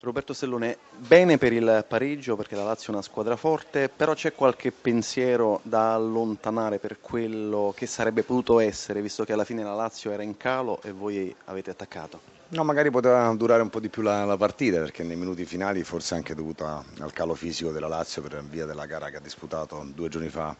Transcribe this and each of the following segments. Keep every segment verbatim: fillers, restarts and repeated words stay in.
Roberto Stellone, bene per il pareggio perché la Lazio è una squadra forte, però c'è qualche pensiero da allontanare per quello che sarebbe potuto essere, visto che alla fine la Lazio era in calo e voi avete attaccato. No, magari poteva durare un po' di più la, la partita perché nei minuti finali, forse anche dovuta al calo fisico della Lazio per via della gara che ha disputato due giorni fa,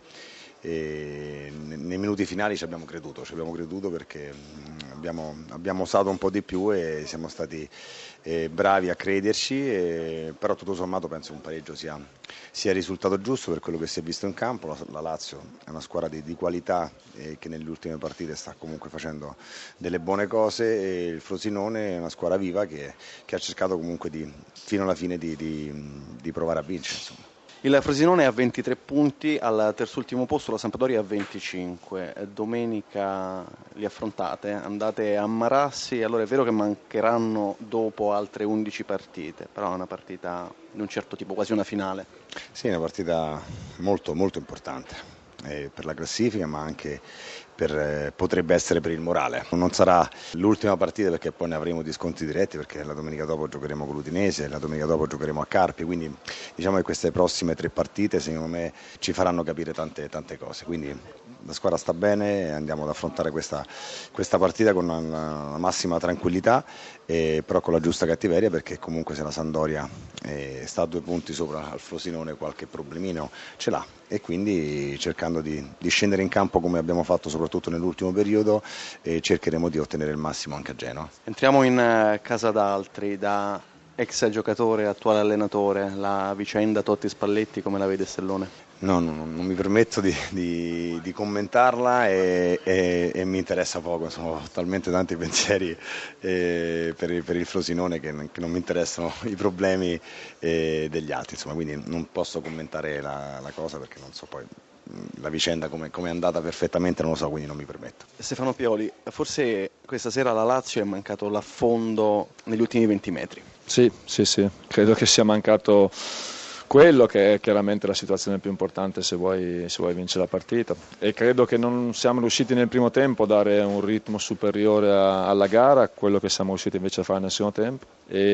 e nei minuti finali ci abbiamo creduto, ci abbiamo creduto perché mh, abbiamo, abbiamo osato un po' di più e siamo stati eh, bravi a crederci, e, però tutto sommato penso un pareggio sia, sia il risultato giusto per quello che si è visto in campo. La, la Lazio è una squadra di, di qualità e che nelle ultime partite sta comunque facendo delle buone cose, e il Frosinone è una squadra viva che, che ha cercato comunque di, fino alla fine di, di, di provare a vincere, insomma. Il Frosinone ha ventitré punti, al terzultimo posto la Sampdoria ha venticinque. Domenica li affrontate, andate a Marassi, allora è vero che mancheranno dopo altre undici partite, però è una partita di un certo tipo, quasi una finale. Sì, è una partita molto molto importante. Eh, per la classifica, ma anche per, eh, potrebbe essere per il morale. Non sarà l'ultima partita perché poi ne avremo di scontri diretti, perché la domenica dopo giocheremo con l'Udinese, la domenica dopo giocheremo a Carpi, quindi diciamo che queste prossime tre partite secondo me ci faranno capire tante, tante cose. Quindi la squadra sta bene e andiamo ad affrontare questa, questa partita con una, una massima tranquillità, eh, però con la giusta cattiveria, perché comunque se la Sampdoria eh, sta a due punti sopra al Frosinone qualche problemino ce l'ha, e quindi cercando di, di scendere in campo come abbiamo fatto soprattutto nell'ultimo periodo, eh, cercheremo di ottenere il massimo anche a Genova. Entriamo in eh, casa d'altri, da ex giocatore, attuale allenatore, la vicenda Totti Spalletti come la vede Stellone? No, no, no, non mi permetto di, di, di commentarla, e, e, e mi interessa poco, sono talmente tanti pensieri eh, per, per il Frosinone che, che non mi interessano i problemi eh, degli altri, insomma, quindi non posso commentare la, la cosa perché non so poi la vicenda come è andata perfettamente, non lo so, quindi non mi permetto. Stefano Pioli, forse questa sera alla Lazio è mancato l'affondo negli ultimi venti metri. Sì, sì, sì, credo che sia mancato quello che è chiaramente la situazione più importante se vuoi, se vuoi vincere la partita, e credo che non siamo riusciti nel primo tempo a dare un ritmo superiore a, alla gara, quello che siamo riusciti invece a fare nel secondo tempo,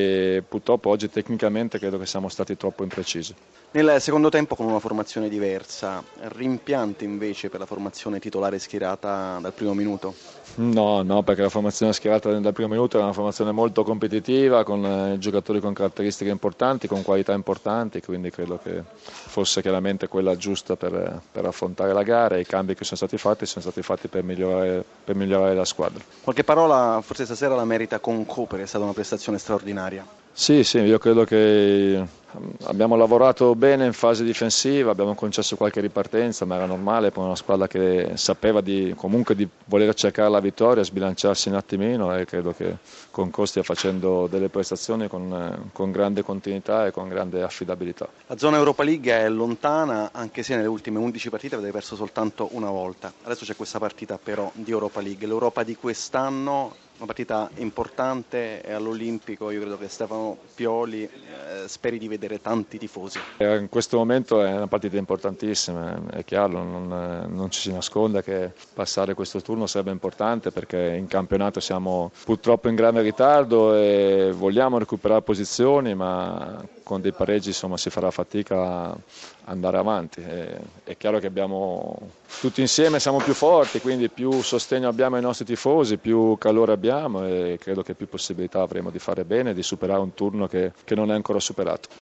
e purtroppo oggi tecnicamente credo che siamo stati troppo imprecisi. Nel secondo tempo con una formazione diversa, rimpianti invece per la formazione titolare schierata dal primo minuto? No, no, perché la formazione schierata dal primo minuto era una formazione molto competitiva, con eh, giocatori con caratteristiche importanti, con qualità importanti, quindi credo che fosse chiaramente quella giusta per, per affrontare la gara, e i cambi che sono stati fatti sono stati fatti per migliorare, per migliorare la squadra. Qualche parola forse stasera la merita con Cooper, è stata una prestazione straordinaria. Sì, sì, io credo che abbiamo lavorato bene in fase difensiva, abbiamo concesso qualche ripartenza, ma era normale per una squadra che sapeva di, comunque di voler cercare la vittoria, sbilanciarsi un attimino, e credo che Conco stia facendo delle prestazioni con, con grande continuità e con grande affidabilità. La zona Europa League è lontana, anche se nelle ultime undici partite avete perso soltanto una volta. Adesso c'è questa partita però di Europa League, l'Europa di quest'anno. Una partita importante, e all'Olimpico io credo che Stefano Pioli eh, speri di vedere tanti tifosi. In questo momento è una partita importantissima, è chiaro, non, non ci si nasconde che passare questo turno sarebbe importante, perché in campionato siamo purtroppo in grave ritardo e vogliamo recuperare posizioni, ma con dei pareggi insomma si farà fatica a andare avanti. E, è chiaro che abbiamo, tutti insieme siamo più forti, quindi più sostegno abbiamo ai nostri tifosi, più calore abbiamo, e credo che più possibilità avremo di fare bene e di superare un turno che, che non è ancora superato.